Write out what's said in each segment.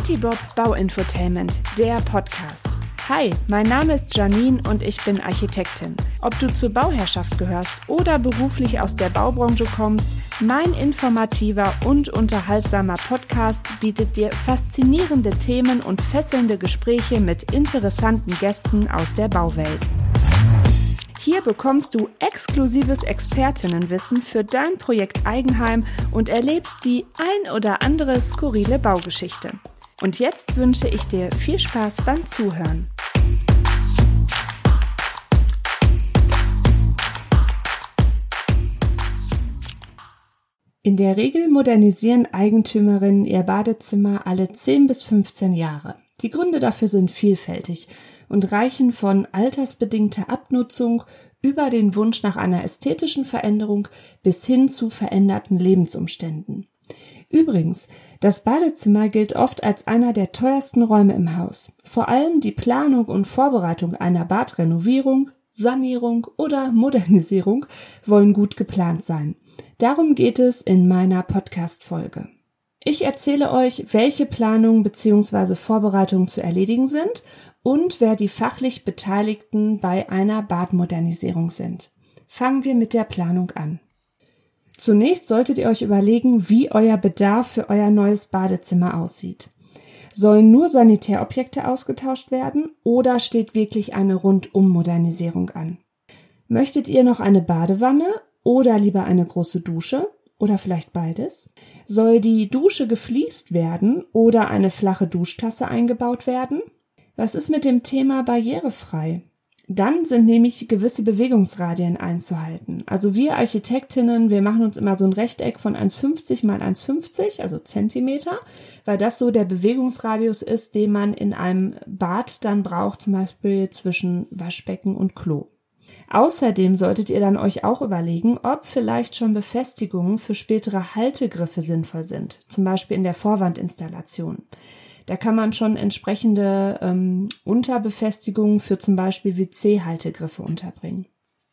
Citybob Bauinfotainment, der Podcast. Hi, mein Name ist Janine und ich bin Architektin. Ob du zur Bauherrschaft gehörst oder beruflich aus der Baubranche kommst, mein informativer und unterhaltsamer Podcast bietet dir faszinierende Themen und fesselnde Gespräche mit interessanten Gästen aus der Bauwelt. Hier bekommst du exklusives Expertinnenwissen für dein Projekt Eigenheim und erlebst die ein oder andere skurrile Baugeschichte. Und jetzt wünsche ich dir viel Spaß beim Zuhören. In der Regel modernisieren Eigentümerinnen ihr Badezimmer alle 10 bis 15 Jahre. Die Gründe dafür sind vielfältig und reichen von altersbedingter Abnutzung über den Wunsch nach einer ästhetischen Veränderung bis hin zu veränderten Lebensumständen. Übrigens, das Badezimmer gilt oft als einer der teuersten Räume im Haus. Vor allem die Planung und Vorbereitung einer Badrenovierung, Sanierung oder Modernisierung wollen gut geplant sein. Darum geht es in meiner Podcast-Folge. Ich erzähle euch, welche Planungen bzw. Vorbereitungen zu erledigen sind und wer die fachlich Beteiligten bei einer Badmodernisierung sind. Fangen wir mit der Planung an. Zunächst solltet ihr euch überlegen, wie euer Bedarf für euer neues Badezimmer aussieht. Sollen nur Sanitärobjekte ausgetauscht werden oder steht wirklich eine Rundum-Modernisierung an? Möchtet ihr noch eine Badewanne oder lieber eine große Dusche? Oder vielleicht beides? Soll die Dusche gefliest werden oder eine flache Duschtasse eingebaut werden? Was ist mit dem Thema barrierefrei? Dann sind nämlich gewisse Bewegungsradien einzuhalten. Also wir Architektinnen, wir machen uns immer so ein Rechteck von 1,50 mal 1,50, also Zentimeter, weil das so der Bewegungsradius ist, den man in einem Bad dann braucht, zum Beispiel zwischen Waschbecken und Klo. Außerdem solltet ihr dann euch auch überlegen, ob vielleicht schon Befestigungen für spätere Haltegriffe sinnvoll sind, zum Beispiel in der Vorwandinstallation. Da kann man schon entsprechende Unterbefestigungen für zum Beispiel WC-Haltegriffe unterbringen.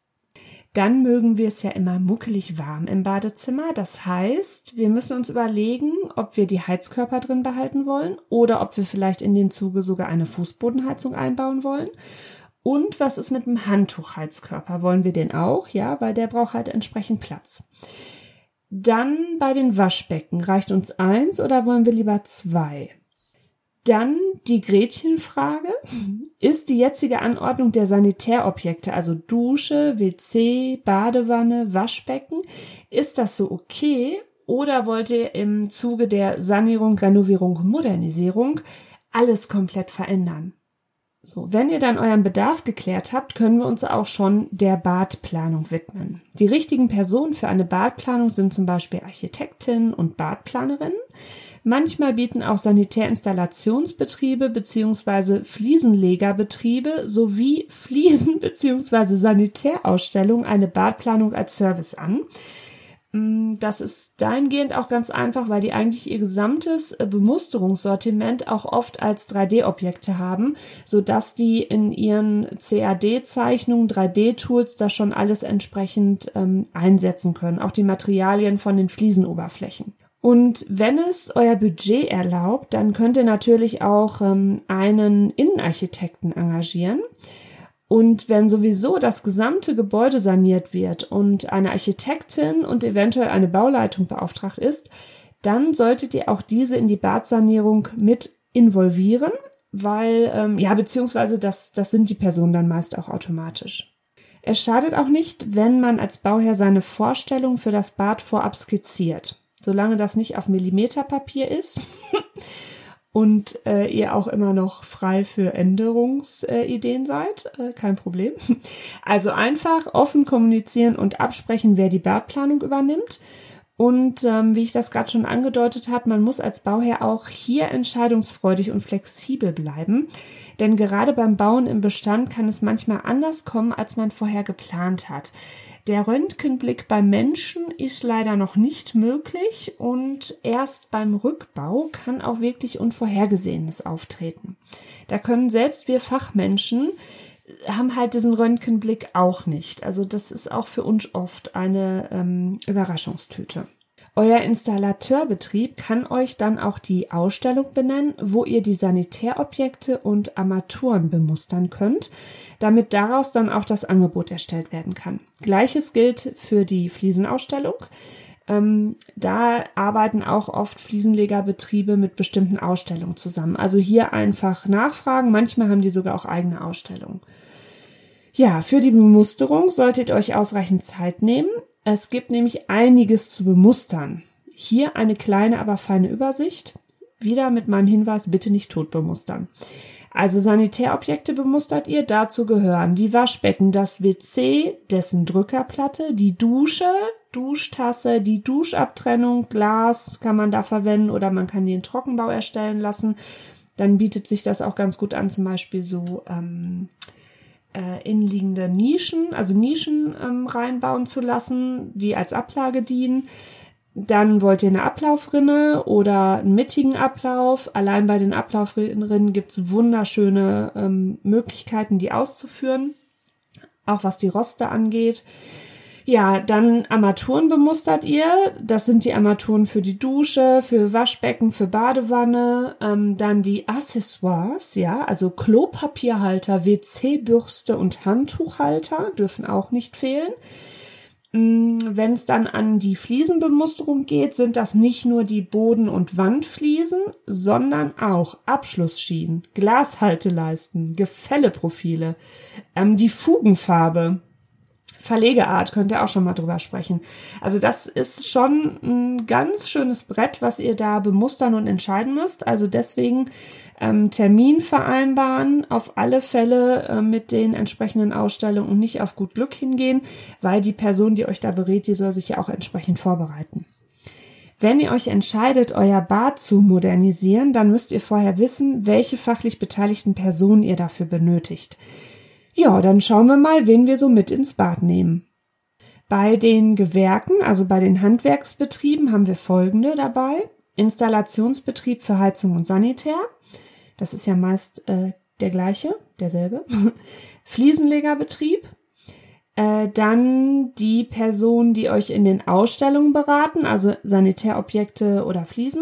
Dann mögen wir es ja immer muckelig warm im Badezimmer. Das heißt, wir müssen uns überlegen, ob wir die Heizkörper drin behalten wollen oder ob wir vielleicht in dem Zuge sogar eine Fußbodenheizung einbauen wollen. Und was ist mit dem Handtuchheizkörper? Wollen wir den auch? Ja, weil der braucht halt entsprechend Platz. Dann bei den Waschbecken. Reicht uns 1 oder wollen wir lieber 2? Dann die Gretchenfrage. Ist die jetzige Anordnung der Sanitärobjekte, also Dusche, WC, Badewanne, Waschbecken, ist das so okay? Oder wollt ihr im Zuge der Sanierung, Renovierung, Modernisierung alles komplett verändern? So, wenn ihr dann euren Bedarf geklärt habt, können wir uns auch schon der Badplanung widmen. Die richtigen Personen für eine Badplanung sind zum Beispiel Architektinnen und Badplanerinnen. Manchmal bieten auch Sanitärinstallationsbetriebe bzw. Fliesenlegerbetriebe sowie Fliesen- bzw. Sanitärausstellungen eine Badplanung als Service an. Das ist dahingehend auch ganz einfach, weil die eigentlich ihr gesamtes Bemusterungssortiment auch oft als 3D-Objekte haben, sodass die in ihren CAD-Zeichnungen, 3D-Tools das schon alles entsprechend einsetzen können, auch die Materialien von den Fliesenoberflächen. Und wenn es euer Budget erlaubt, dann könnt ihr natürlich auch einen Innenarchitekten engagieren. Und wenn sowieso das gesamte Gebäude saniert wird und eine Architektin und eventuell eine Bauleitung beauftragt ist, dann solltet ihr auch diese in die Badsanierung mit involvieren, weil, beziehungsweise das sind die Personen dann meist auch automatisch. Es schadet auch nicht, wenn man als Bauherr seine Vorstellung für das Bad vorab skizziert, solange das nicht auf Millimeterpapier ist. Und ihr auch immer noch frei für Änderungsideen seid, kein Problem. Also einfach offen kommunizieren und absprechen, wer die Badplanung übernimmt. Und wie ich das gerade schon angedeutet habe, man muss als Bauherr auch hier entscheidungsfreudig und flexibel bleiben. Denn gerade beim Bauen im Bestand kann es manchmal anders kommen, als man vorher geplant hat. Der Röntgenblick beim Menschen ist leider noch nicht möglich und erst beim Rückbau kann auch wirklich Unvorhergesehenes auftreten. Da können selbst wir Fachmenschen haben halt diesen Röntgenblick auch nicht. Also das ist auch für uns oft eine Überraschungstüte. Euer Installateurbetrieb kann euch dann auch die Ausstellung benennen, wo ihr die Sanitärobjekte und Armaturen bemustern könnt, damit daraus dann auch das Angebot erstellt werden kann. Gleiches gilt für die Fliesenausstellung. Da arbeiten auch oft Fliesenlegerbetriebe mit bestimmten Ausstellungen zusammen. Also hier einfach nachfragen. Manchmal haben die sogar auch eigene Ausstellungen. Ja, für die Bemusterung solltet ihr euch ausreichend Zeit nehmen. Es gibt nämlich einiges zu bemustern. Hier eine kleine, aber feine Übersicht. Wieder mit meinem Hinweis, bitte nicht tot bemustern. Also Sanitärobjekte bemustert ihr. Dazu gehören die Waschbecken, das WC, dessen Drückerplatte, die Dusche, Duschtasse, die Duschabtrennung, Glas kann man da verwenden oder man kann die in Trockenbau erstellen lassen. Dann bietet sich das auch ganz gut an, zum Beispiel so innenliegende Nischen, also Nischen reinbauen zu lassen, die als Ablage dienen. Dann wollt ihr eine Ablaufrinne oder einen mittigen Ablauf. Allein bei den Ablaufrinnen gibt es wunderschöne Möglichkeiten, die auszuführen, auch was die Roste angeht. Ja, dann Armaturen bemustert ihr. Das sind die Armaturen für die Dusche, für Waschbecken, für Badewanne. Dann die Accessoires, ja, also Klopapierhalter, WC-Bürste und Handtuchhalter dürfen auch nicht fehlen. Wenn es dann an die Fliesenbemusterung geht, sind das nicht nur die Boden- und Wandfliesen, sondern auch Abschlussschienen, Glashalteleisten, Gefälleprofile, die Fugenfarbe, Verlegeart, könnt ihr auch schon mal drüber sprechen. Also das ist schon ein ganz schönes Brett, was ihr da bemustern und entscheiden müsst. Also deswegen Termin vereinbaren, auf alle Fälle mit den entsprechenden Ausstellungen und nicht auf gut Glück hingehen, weil die Person, die euch da berät, die soll sich ja auch entsprechend vorbereiten. Wenn ihr euch entscheidet, euer Bad zu modernisieren, dann müsst ihr vorher wissen, welche fachlich beteiligten Personen ihr dafür benötigt. Ja, dann schauen wir mal, wen wir so mit ins Bad nehmen. Bei den Gewerken, also bei den Handwerksbetrieben, haben wir folgende dabei. Installationsbetrieb für Heizung und Sanitär. Das ist ja meist der gleiche, derselbe. Fliesenlegerbetrieb. Dann die Personen, die euch in den Ausstellungen beraten, also Sanitärobjekte oder Fliesen.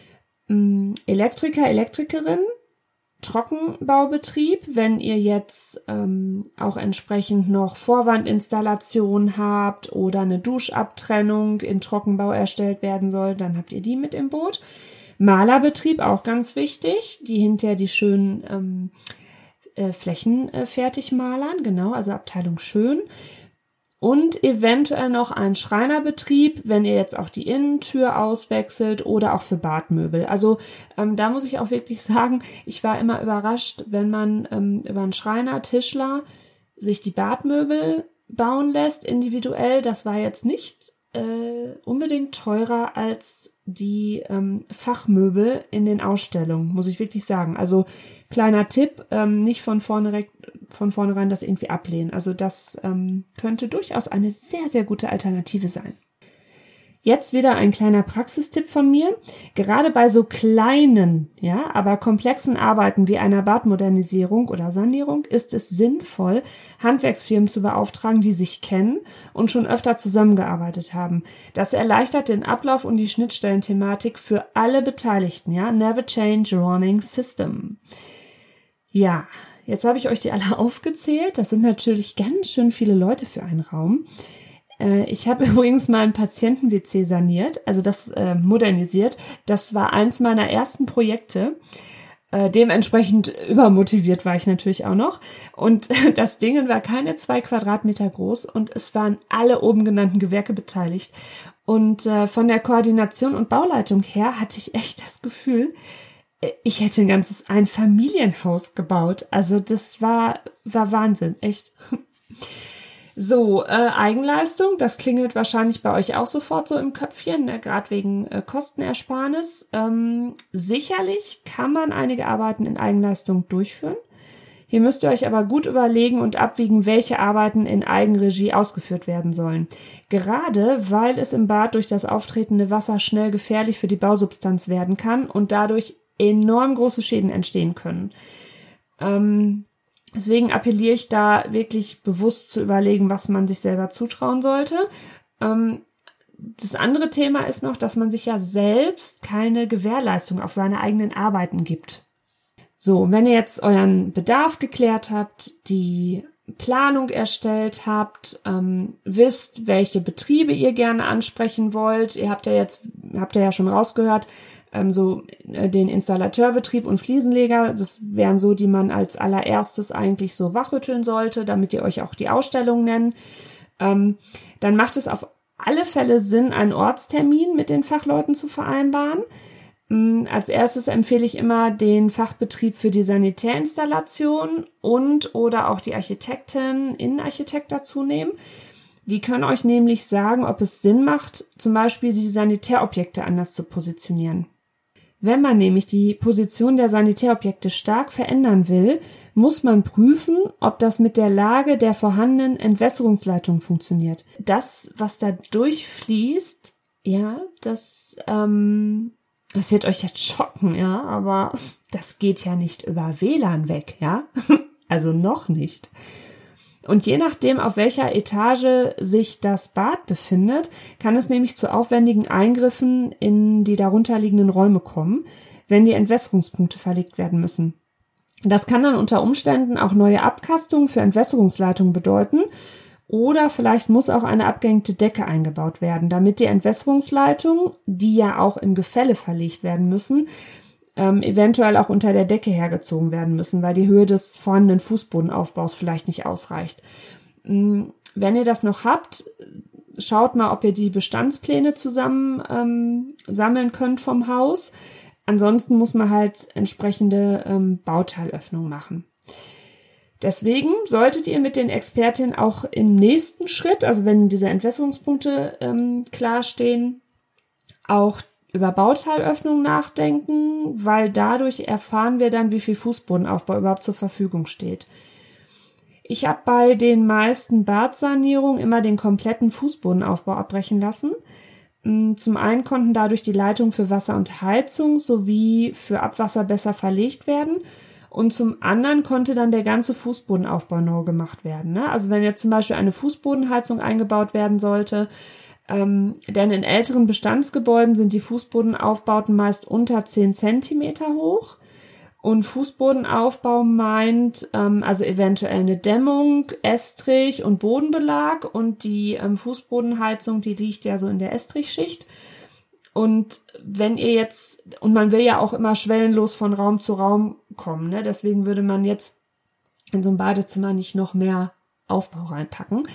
Elektriker, Elektrikerin. Trockenbaubetrieb, wenn ihr jetzt auch entsprechend noch Vorwandinstallation habt oder eine Duschabtrennung in Trockenbau erstellt werden soll, dann habt ihr die mit im Boot. Malerbetrieb, auch ganz wichtig, die hinterher die schönen Flächen fertig malern, genau, also Abteilung schön. Und eventuell noch ein Schreinerbetrieb, wenn ihr jetzt auch die Innentür auswechselt oder auch für Badmöbel. Also da muss ich auch wirklich sagen, ich war immer überrascht, wenn man über einen Schreiner, Tischler sich die Badmöbel bauen lässt, individuell. Das war jetzt nicht unbedingt teurer als die Fachmöbel in den Ausstellungen, muss ich wirklich sagen. Also kleiner Tipp, nicht von vornherein das irgendwie ablehnen. Also das könnte durchaus eine sehr, sehr gute Alternative sein. Jetzt wieder ein kleiner Praxistipp von mir. Gerade bei so kleinen, ja, aber komplexen Arbeiten wie einer Badmodernisierung oder Sanierung ist es sinnvoll, Handwerksfirmen zu beauftragen, die sich kennen und schon öfter zusammengearbeitet haben. Das erleichtert den Ablauf und die Schnittstellenthematik für alle Beteiligten, ja. Never change a running system. Ja, jetzt habe ich euch die alle aufgezählt. Das sind natürlich ganz schön viele Leute für einen Raum. Ich habe übrigens mal ein Patienten-WC saniert, also das modernisiert. Das war eins meiner ersten Projekte. Dementsprechend übermotiviert war ich natürlich auch noch. Und das Ding war keine 2 Quadratmeter groß und es waren alle oben genannten Gewerke beteiligt. Und von der Koordination und Bauleitung her hatte ich echt das Gefühl, ich hätte ein ganzes Einfamilienhaus gebaut. Also das war Wahnsinn, echt. So, Eigenleistung, das klingelt wahrscheinlich bei euch auch sofort so im Köpfchen, ne, gerade wegen Kostenersparnis. Sicherlich kann man einige Arbeiten in Eigenleistung durchführen. Hier müsst ihr euch aber gut überlegen und abwiegen, welche Arbeiten in Eigenregie ausgeführt werden sollen. Gerade weil es im Bad durch das auftretende Wasser schnell gefährlich für die Bausubstanz werden kann und dadurch enorm große Schäden entstehen können. Deswegen appelliere ich da wirklich bewusst zu überlegen, was man sich selber zutrauen sollte. das andere Thema ist noch, dass man sich ja selbst keine Gewährleistung auf seine eigenen Arbeiten gibt. So, wenn ihr jetzt euren Bedarf geklärt habt, die Planung erstellt habt, wisst, welche Betriebe ihr gerne ansprechen wollt, ihr habt ja schon rausgehört, den Installateurbetrieb und Fliesenleger, das wären so, die man als allererstes eigentlich so wachrütteln sollte, damit ihr euch auch die Ausstellung nennt. Dann macht es auf alle Fälle Sinn, einen Ortstermin mit den Fachleuten zu vereinbaren. Als erstes empfehle ich immer den Fachbetrieb für die Sanitärinstallation und oder auch die Architektin, Innenarchitekt dazu nehmen. Die können euch nämlich sagen, ob es Sinn macht, zum Beispiel die Sanitärobjekte anders zu positionieren. Wenn man nämlich die Position der Sanitärobjekte stark verändern will, muss man prüfen, ob das mit der Lage der vorhandenen Entwässerungsleitung funktioniert. Das, was da durchfließt, ja, das wird euch jetzt schocken, ja, aber das geht ja nicht über WLAN weg, ja, also noch nicht. Und je nachdem, auf welcher Etage sich das Bad befindet, kann es nämlich zu aufwendigen Eingriffen in die darunterliegenden Räume kommen, wenn die Entwässerungspunkte verlegt werden müssen. Das kann dann unter Umständen auch neue Abkastungen für Entwässerungsleitungen bedeuten oder vielleicht muss auch eine abgehängte Decke eingebaut werden, damit die Entwässerungsleitungen, die ja auch im Gefälle verlegt werden müssen, eventuell auch unter der Decke hergezogen werden müssen, weil die Höhe des vorhandenen Fußbodenaufbaus vielleicht nicht ausreicht. Wenn ihr das noch habt, schaut mal, ob ihr die Bestandspläne zusammen sammeln könnt vom Haus. Ansonsten muss man halt entsprechende Bauteilöffnungen machen. Deswegen solltet ihr mit den Expertinnen auch im nächsten Schritt, also wenn diese Entwässerungspunkte klar stehen, auch über Bauteilöffnungen nachdenken, weil dadurch erfahren wir dann, wie viel Fußbodenaufbau überhaupt zur Verfügung steht. Ich habe bei den meisten Badsanierungen immer den kompletten Fußbodenaufbau abbrechen lassen. Zum einen konnten dadurch die Leitungen für Wasser und Heizung sowie für Abwasser besser verlegt werden und zum anderen konnte dann der ganze Fußbodenaufbau neu gemacht werden. Ne? Also wenn jetzt zum Beispiel eine Fußbodenheizung eingebaut werden sollte, denn in älteren Bestandsgebäuden sind die Fußbodenaufbauten meist unter 10 Zentimeter hoch. Und Fußbodenaufbau meint also eventuell eine Dämmung, Estrich und Bodenbelag. Und die Fußbodenheizung, die liegt ja so in der Estrichschicht. Und wenn ihr jetzt, und man will ja auch immer schwellenlos von Raum zu Raum kommen, ne? Deswegen würde man jetzt in so ein Badezimmer nicht noch mehr Aufbau reinpacken.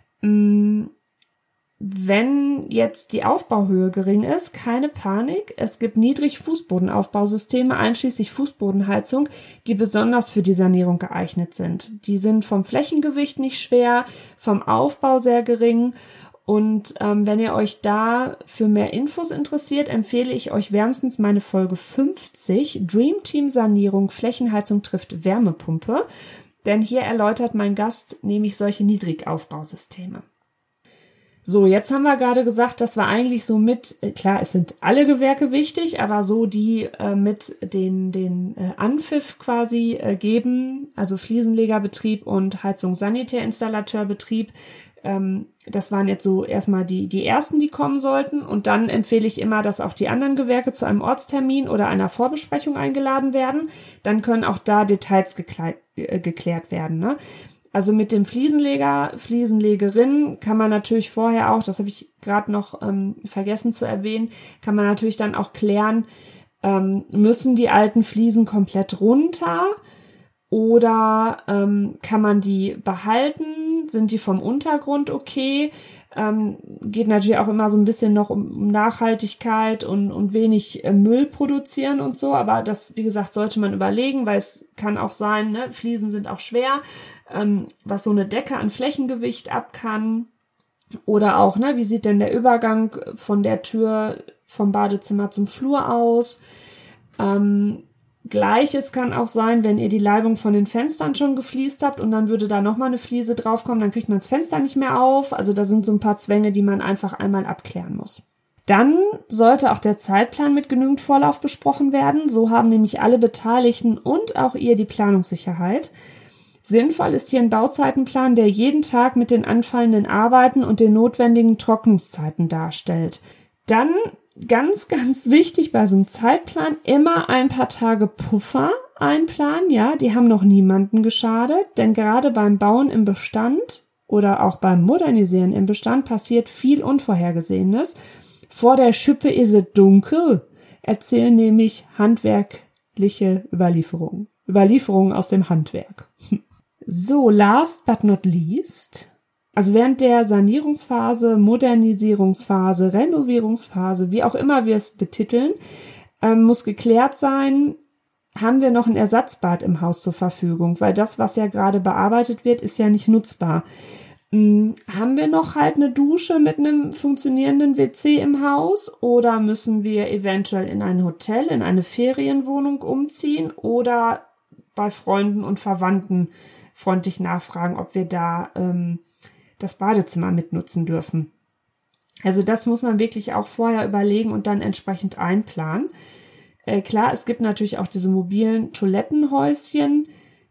Wenn jetzt die Aufbauhöhe gering ist, keine Panik. Es gibt Niedrig-Fußbodenaufbausysteme, einschließlich Fußbodenheizung, die besonders für die Sanierung geeignet sind. Die sind vom Flächengewicht nicht schwer, vom Aufbau sehr gering. Und wenn ihr euch da für mehr Infos interessiert, empfehle ich euch wärmstens meine Folge 50, Dream Team Sanierung, Flächenheizung trifft Wärmepumpe. Denn hier erläutert mein Gast nämlich solche Niedrigaufbausysteme. So, jetzt haben wir gerade gesagt, dass wir eigentlich so klar, es sind alle Gewerke wichtig, aber so die mit den Anpfiff quasi geben, also Fliesenlegerbetrieb und Heizungs-Sanitärinstallateurbetrieb, das waren jetzt so erstmal die ersten, die kommen sollten und dann empfehle ich immer, dass auch die anderen Gewerke zu einem Ortstermin oder einer Vorbesprechung eingeladen werden, dann können auch da Details geklärt werden, ne? Also mit dem Fliesenleger, Fliesenlegerin kann man natürlich vorher auch, das habe ich gerade noch vergessen zu erwähnen, kann man natürlich dann auch klären, müssen die alten Fliesen komplett runter oder kann man die behalten? Sind die vom Untergrund okay? Geht natürlich auch immer so ein bisschen noch um Nachhaltigkeit und wenig Müll produzieren und so, aber das, wie gesagt, sollte man überlegen, weil es kann auch sein, ne, Fliesen sind auch schwer, was so eine Decke an Flächengewicht ab kann oder auch, ne, wie sieht denn der Übergang von der Tür vom Badezimmer zum Flur aus? Gleiches kann auch sein, wenn ihr die Leibung von den Fenstern schon gefliest habt und dann würde da nochmal eine Fliese draufkommen, dann kriegt man das Fenster nicht mehr auf. Also da sind so ein paar Zwänge, die man einfach einmal abklären muss. Dann sollte auch der Zeitplan mit genügend Vorlauf besprochen werden. So haben nämlich alle Beteiligten und auch ihr die Planungssicherheit. Sinnvoll ist hier ein Bauzeitenplan, der jeden Tag mit den anfallenden Arbeiten und den notwendigen Trocknungszeiten darstellt. Dann ganz, ganz wichtig bei so einem Zeitplan immer ein paar Tage Puffer einplanen. Ja, die haben noch niemanden geschadet, denn gerade beim Bauen im Bestand oder auch beim Modernisieren im Bestand passiert viel Unvorhergesehenes. Vor der Schippe is es dunkel, erzählen nämlich handwerkliche Überlieferungen. Überlieferungen aus dem Handwerk. So, last but not least, also während der Sanierungsphase, Modernisierungsphase, Renovierungsphase, wie auch immer wir es betiteln, muss geklärt sein, haben wir noch ein Ersatzbad im Haus zur Verfügung, weil das, was ja gerade bearbeitet wird, ist ja nicht nutzbar. Haben wir noch halt eine Dusche mit einem funktionierenden WC im Haus oder müssen wir eventuell in ein Hotel, in eine Ferienwohnung umziehen oder bei Freunden und Verwandten freundlich nachfragen, ob wir da das Badezimmer mitnutzen dürfen. Also das muss man wirklich auch vorher überlegen und dann entsprechend einplanen. Klar, es gibt natürlich auch diese mobilen Toilettenhäuschen,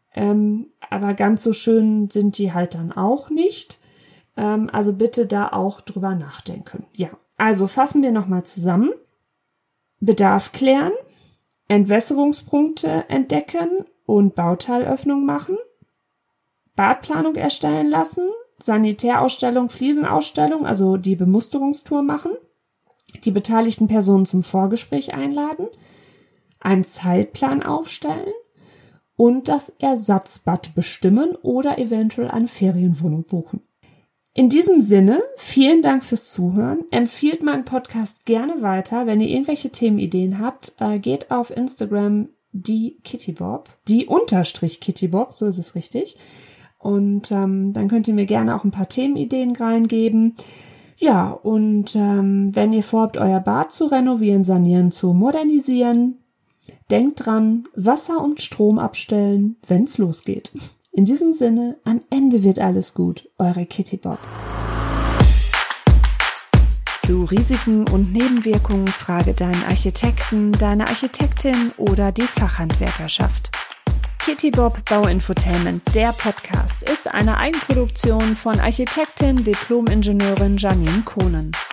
aber ganz so schön sind die halt dann auch nicht. Also bitte da auch drüber nachdenken. Ja, also fassen wir nochmal zusammen. Bedarf klären, Entwässerungspunkte entdecken und Bauteilöffnung machen, Badplanung erstellen lassen, Sanitärausstellung, Fliesenausstellung, also die Bemusterungstour machen, die beteiligten Personen zum Vorgespräch einladen, einen Zeitplan aufstellen und das Ersatzbad bestimmen oder eventuell eine Ferienwohnung buchen. In diesem Sinne, vielen Dank fürs Zuhören. Empfiehlt meinen Podcast gerne weiter. Wenn ihr irgendwelche Themenideen habt, geht auf Instagram die Kittybob, _Kittybob, so ist es richtig. Und dann könnt ihr mir gerne auch ein paar Themenideen reingeben. Ja, und wenn ihr vorhabt, euer Bad zu renovieren, sanieren, zu modernisieren, denkt dran, Wasser und Strom abstellen, wenn's losgeht. In diesem Sinne, am Ende wird alles gut. Eure Kittybob. Zu Risiken und Nebenwirkungen frage deinen Architekten, deine Architektin oder die Fachhandwerkerschaft. Kittybob Bauinfotainment, der Podcast, ist eine Eigenproduktion von Architektin, Diplom-Ingenieurin Janine Kohnen.